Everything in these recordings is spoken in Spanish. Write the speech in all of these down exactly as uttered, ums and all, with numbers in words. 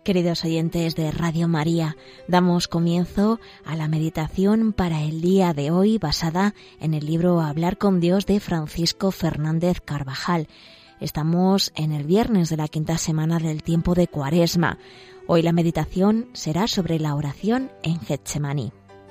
Queridos oyentes de Radio María, damos comienzo a la meditación para el día de hoy basada en el libro Hablar con Dios de Francisco Fernández Carvajal. Estamos en el viernes de la quinta semana del tiempo de Cuaresma. Hoy la meditación será sobre la oración en Getsemaní.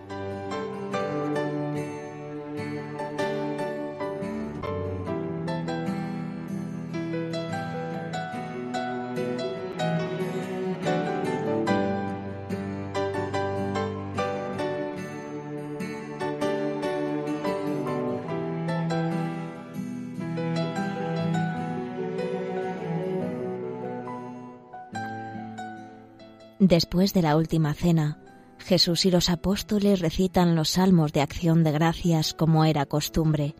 Después de la última cena, Jesús y los apóstoles recitan los salmos de acción de gracias como era costumbre,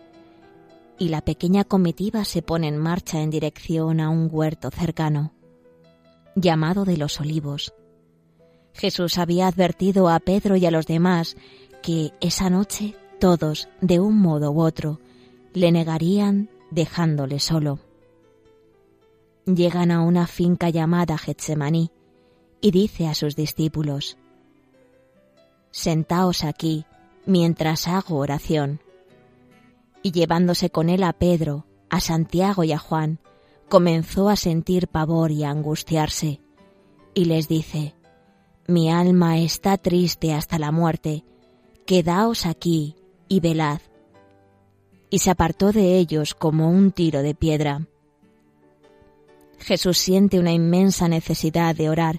y la pequeña comitiva se pone en marcha en dirección a un huerto cercano, llamado de los Olivos. Jesús había advertido a Pedro y a los demás que esa noche todos, de un modo u otro, le negarían dejándole solo. Llegan a una finca llamada Getsemaní, y dice a sus discípulos: «Sentaos aquí mientras hago oración». Y llevándose con él a Pedro, a Santiago y a Juan, comenzó a sentir pavor y a angustiarse, y les dice: «Mi alma está triste hasta la muerte, quedaos aquí y velad». Y se apartó de ellos como un tiro de piedra. Jesús siente una inmensa necesidad de orar.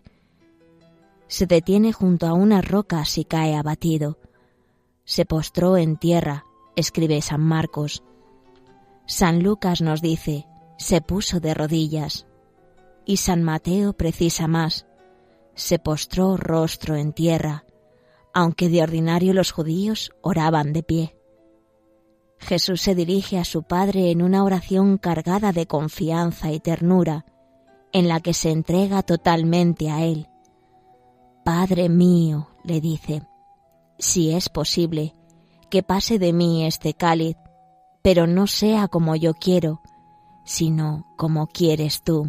Se detiene junto a unas rocas y cae abatido. Se postró en tierra, escribe San Marcos. San Lucas nos dice: se puso de rodillas. Y San Mateo precisa más: se postró rostro en tierra, aunque de ordinario los judíos oraban de pie. Jesús se dirige a su Padre en una oración cargada de confianza y ternura, en la que se entrega totalmente a Él. «Padre mío», le dice, «si es posible, que pase de mí este cáliz, pero no sea como yo quiero, sino como quieres tú».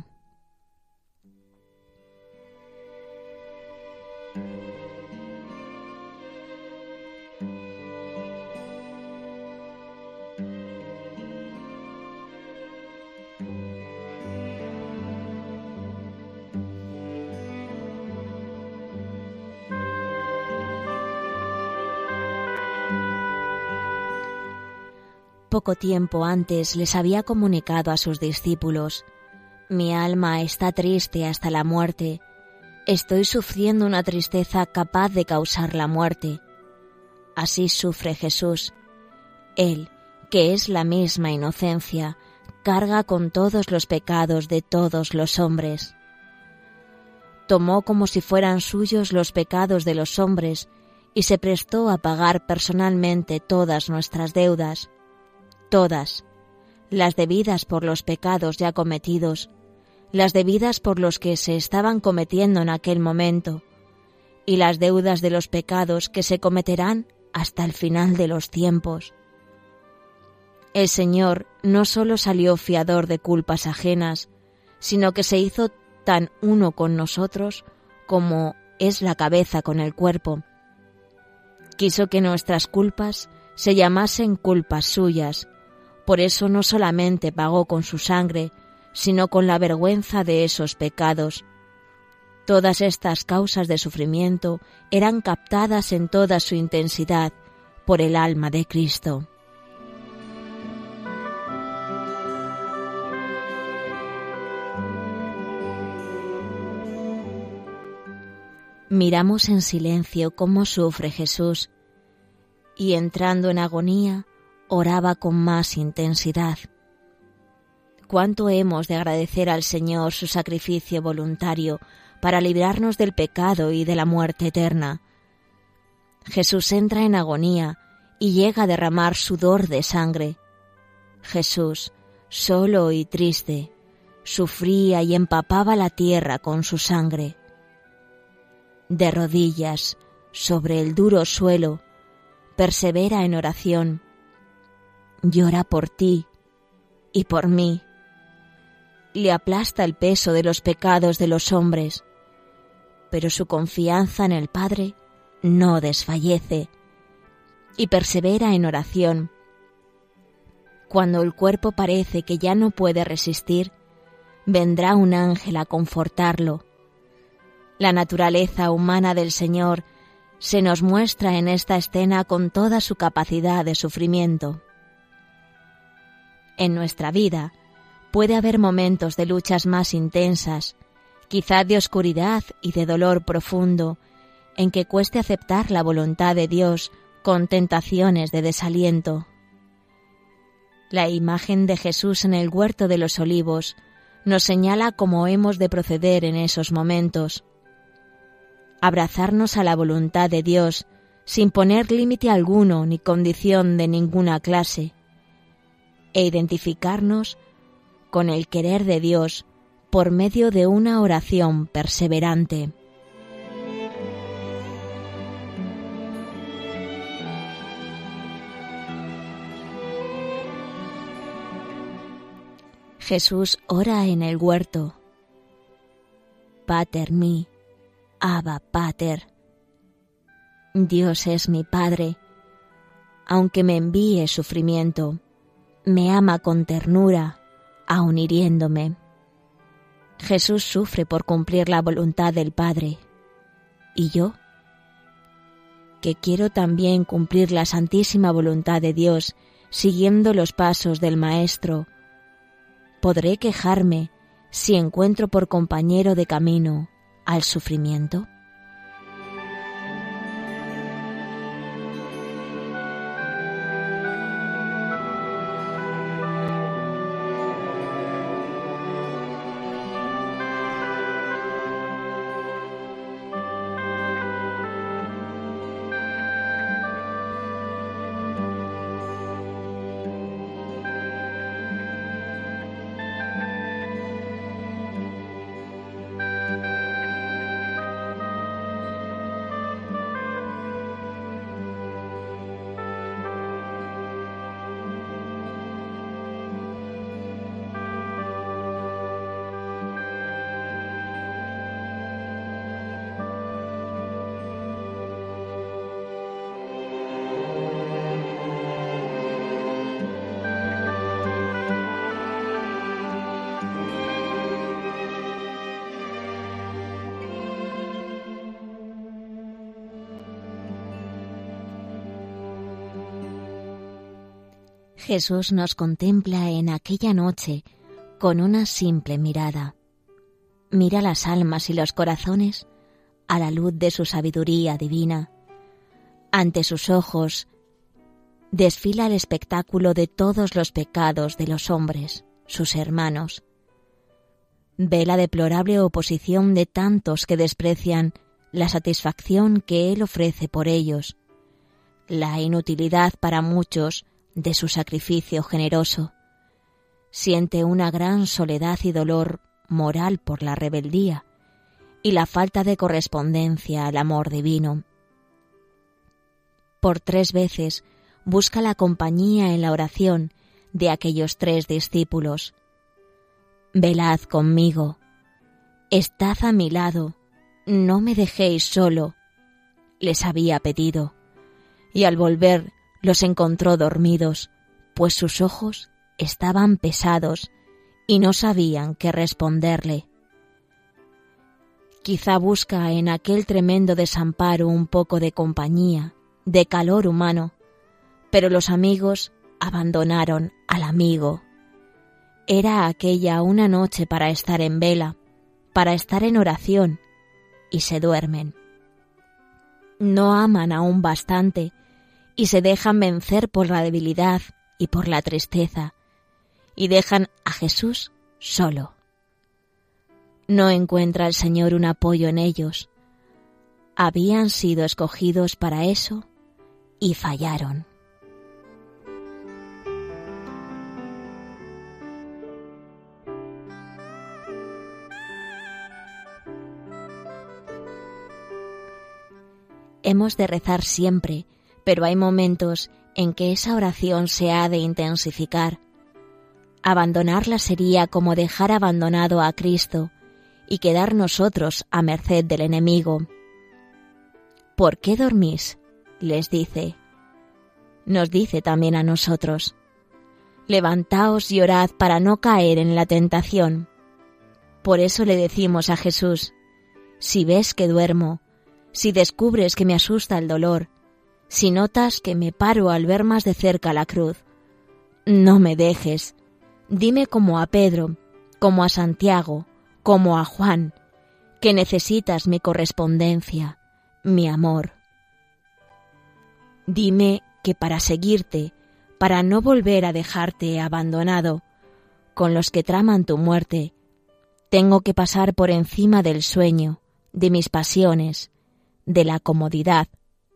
Poco tiempo antes les había comunicado a sus discípulos: «Mi alma está triste hasta la muerte, estoy sufriendo una tristeza capaz de causar la muerte». Así sufre Jesús. Él, que es la misma inocencia, carga con todos los pecados de todos los hombres. Tomó como si fueran suyos los pecados de los hombres y se prestó a pagar personalmente todas nuestras deudas. Todas, las debidas por los pecados ya cometidos, las debidas por los que se estaban cometiendo en aquel momento, y las deudas de los pecados que se cometerán hasta el final de los tiempos. El Señor no solo salió fiador de culpas ajenas, sino que se hizo tan uno con nosotros como es la cabeza con el cuerpo. Quiso que nuestras culpas se llamasen culpas suyas. Por eso no solamente pagó con su sangre, sino con la vergüenza de esos pecados. Todas estas causas de sufrimiento eran captadas en toda su intensidad por el alma de Cristo. Miramos en silencio cómo sufre Jesús, y entrando en agonía, oraba con más intensidad. Cuánto hemos de agradecer al Señor su sacrificio voluntario para librarnos del pecado y de la muerte eterna. Jesús entra en agonía y llega a derramar sudor de sangre. Jesús, solo y triste, sufría y empapaba la tierra con su sangre. De rodillas, sobre el duro suelo, persevera en oración. Llora por ti y por mí. Le aplasta el peso de los pecados de los hombres, pero su confianza en el Padre no desfallece y persevera en oración. Cuando el cuerpo parece que ya no puede resistir, vendrá un ángel a confortarlo. La naturaleza humana del Señor se nos muestra en esta escena con toda su capacidad de sufrimiento. En nuestra vida puede haber momentos de luchas más intensas, quizá de oscuridad y de dolor profundo, en que cueste aceptar la voluntad de Dios con tentaciones de desaliento. La imagen de Jesús en el huerto de los olivos nos señala cómo hemos de proceder en esos momentos. Abrazarnos a la voluntad de Dios sin poner límite alguno ni condición de ninguna clase, e identificarnos con el querer de Dios por medio de una oración perseverante. Jesús ora en el huerto. Pater mi, Abba Pater. Dios es mi Padre. Aunque me envíe sufrimiento, me ama con ternura, aun hiriéndome. Jesús sufre por cumplir la voluntad del Padre. ¿Y yo? Que quiero también cumplir la santísima voluntad de Dios, siguiendo los pasos del Maestro. ¿Podré quejarme si encuentro por compañero de camino al sufrimiento? Jesús nos contempla en aquella noche con una simple mirada. Mira las almas y los corazones a la luz de su sabiduría divina. Ante sus ojos desfila el espectáculo de todos los pecados de los hombres, sus hermanos. Ve la deplorable oposición de tantos que desprecian la satisfacción que Él ofrece por ellos, la inutilidad para muchos de su sacrificio generoso. Siente una gran soledad y dolor moral por la rebeldía y la falta de correspondencia al amor divino. Por tres veces busca la compañía en la oración de aquellos tres discípulos. Velad conmigo, estad a mi lado, no me dejéis solo, les había pedido, y al volver los encontró dormidos, pues sus ojos estaban pesados y no sabían qué responderle. Quizá busca en aquel tremendo desamparo un poco de compañía, de calor humano, pero los amigos abandonaron al amigo. Era aquella una noche para estar en vela, para estar en oración, y se duermen. No aman aún bastante y se dejan vencer por la debilidad y por la tristeza, y dejan a Jesús solo. No encuentra el Señor un apoyo en ellos. Habían sido escogidos para eso y fallaron. Hemos de rezar siempre, pero hay momentos en que esa oración se ha de intensificar. Abandonarla sería como dejar abandonado a Cristo y quedar nosotros a merced del enemigo. ¿Por qué dormís?, les dice. Nos dice también a nosotros: levantaos y orad para no caer en la tentación. Por eso le decimos a Jesús: si ves que duermo, si descubres que me asusta el dolor, si notas que me paro al ver más de cerca la cruz, no me dejes. Dime como a Pedro, como a Santiago, como a Juan, que necesitas mi correspondencia, mi amor. Dime que para seguirte, para no volver a dejarte abandonado, con los que traman tu muerte, tengo que pasar por encima del sueño, de mis pasiones, de la comodidad.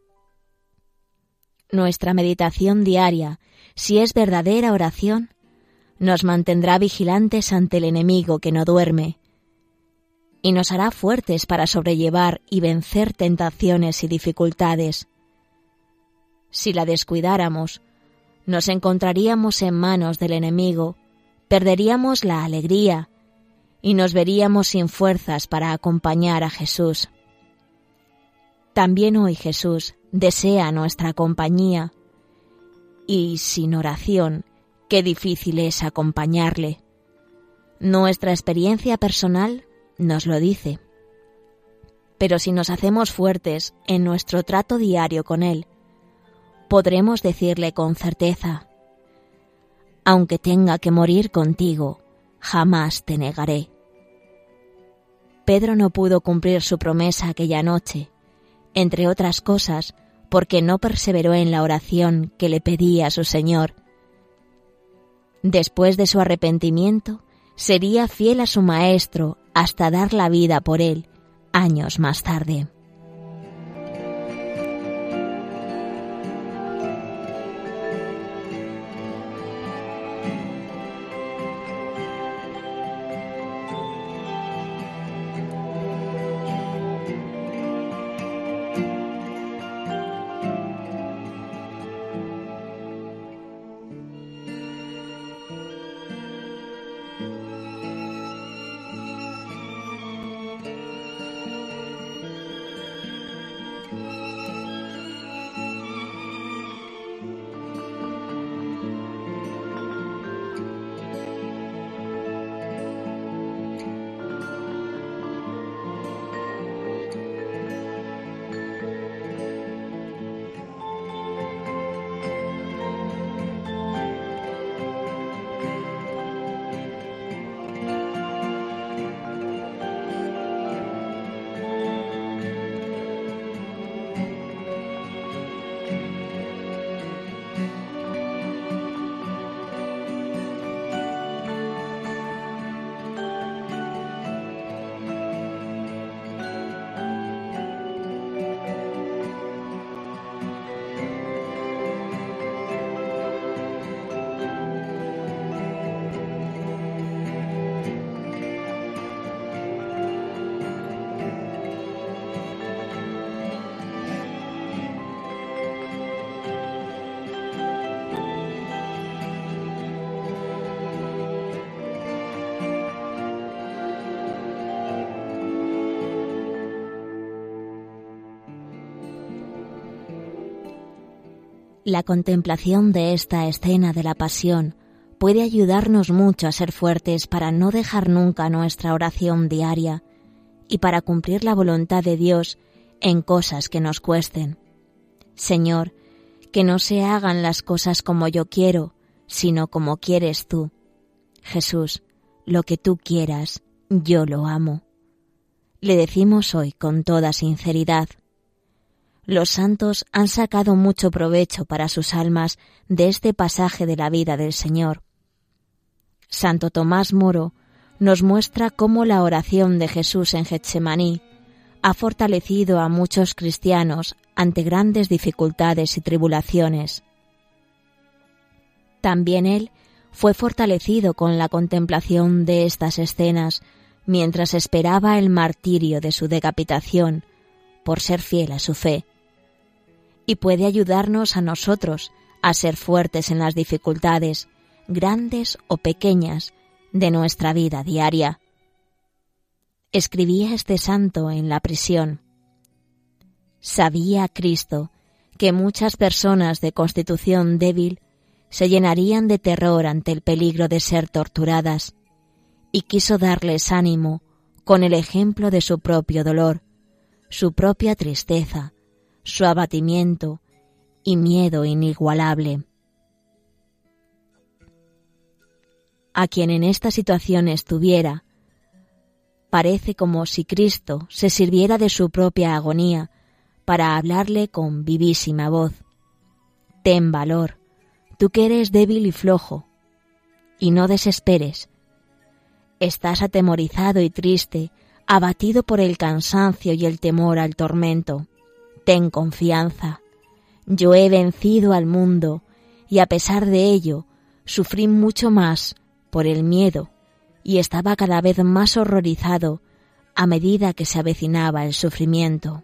Nuestra meditación diaria, si es verdadera oración, nos mantendrá vigilantes ante el enemigo que no duerme y nos hará fuertes para sobrellevar y vencer tentaciones y dificultades. Si la descuidáramos, nos encontraríamos en manos del enemigo, perderíamos la alegría y nos veríamos sin fuerzas para acompañar a Jesús. También hoy Jesús desea nuestra compañía y sin oración, qué difícil es acompañarle. Nuestra experiencia personal nos lo dice. Pero si nos hacemos fuertes en nuestro trato diario con Él, podremos decirle con certeza: aunque tenga que morir contigo, jamás te negaré. Pedro no pudo cumplir su promesa aquella noche, entre otras cosas, porque no perseveró en la oración que le pedía a su Señor. Después de su arrepentimiento, sería fiel a su Maestro hasta dar la vida por él, años más tarde. La contemplación de esta escena de la Pasión puede ayudarnos mucho a ser fuertes para no dejar nunca nuestra oración diaria y para cumplir la voluntad de Dios en cosas que nos cuesten. Señor, que no se hagan las cosas como yo quiero, sino como quieres tú. Jesús, lo que tú quieras, yo lo amo. Le decimos hoy con toda sinceridad. Los santos han sacado mucho provecho para sus almas de este pasaje de la vida del Señor. Santo Tomás Moro nos muestra cómo la oración de Jesús en Getsemaní ha fortalecido a muchos cristianos ante grandes dificultades y tribulaciones. También él fue fortalecido con la contemplación de estas escenas mientras esperaba el martirio de su decapitación, por ser fiel a su fe, y puede ayudarnos a nosotros a ser fuertes en las dificultades, grandes o pequeñas, de nuestra vida diaria. Escribía este santo en la prisión. Sabía Cristo que muchas personas de constitución débil se llenarían de terror ante el peligro de ser torturadas, y quiso darles ánimo con el ejemplo de su propio dolor, su propia tristeza, su abatimiento y miedo inigualable. A quien en esta situación estuviera, parece como si Cristo se sirviera de su propia agonía para hablarle con vivísima voz. Ten valor, tú que eres débil y flojo, y no desesperes. Estás atemorizado y triste, abatido por el cansancio y el temor al tormento. Ten confianza. Yo he vencido al mundo, y a pesar de ello, sufrí mucho más por el miedo, y estaba cada vez más horrorizado a medida que se avecinaba el sufrimiento.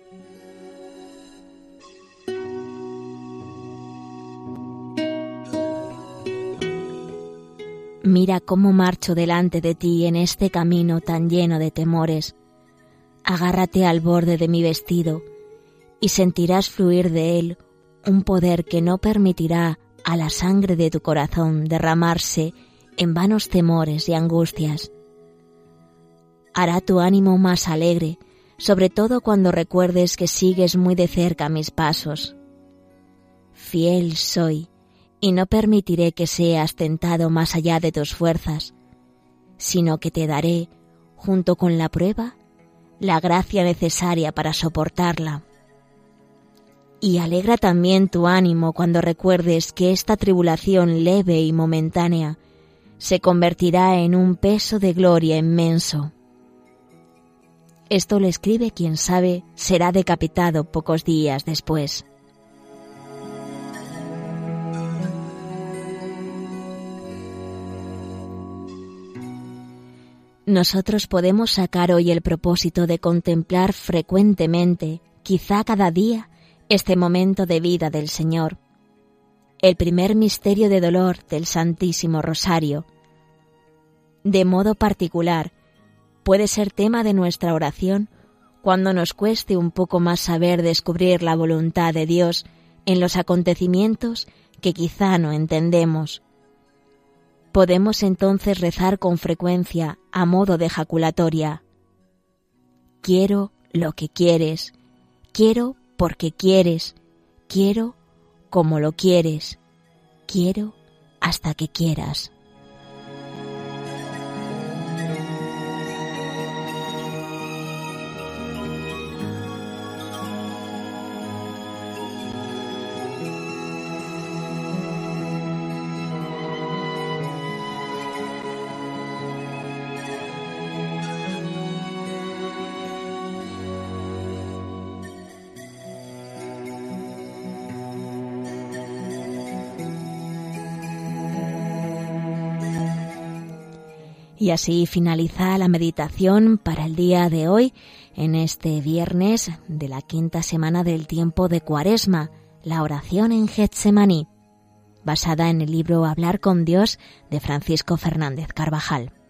Mira cómo marcho delante de ti en este camino tan lleno de temores. Agárrate al borde de mi vestido y sentirás fluir de él un poder que no permitirá a la sangre de tu corazón derramarse en vanos temores y angustias. Hará tu ánimo más alegre, sobre todo cuando recuerdes que sigues muy de cerca mis pasos. Fiel soy, y no permitiré que seas tentado más allá de tus fuerzas, sino que te daré, junto con la prueba, la gracia necesaria para soportarla. Y alegra también tu ánimo cuando recuerdes que esta tribulación leve y momentánea se convertirá en un peso de gloria inmenso. Esto lo escribe quien sabe será decapitado pocos días después. Nosotros podemos sacar hoy el propósito de contemplar frecuentemente, quizá cada día, este momento de vida del Señor, el primer misterio de dolor del Santísimo Rosario. De modo particular, puede ser tema de nuestra oración cuando nos cueste un poco más saber descubrir la voluntad de Dios en los acontecimientos que quizá no entendemos. Podemos entonces rezar con frecuencia a modo de jaculatoria. Quiero lo que quieres, quiero porque quieres, quiero como lo quieres, quiero hasta que quieras. Y así finaliza la meditación para el día de hoy, en este viernes de la quinta semana del tiempo de Cuaresma, la oración en Getsemaní, basada en el libro Hablar con Dios de Francisco Fernández Carvajal.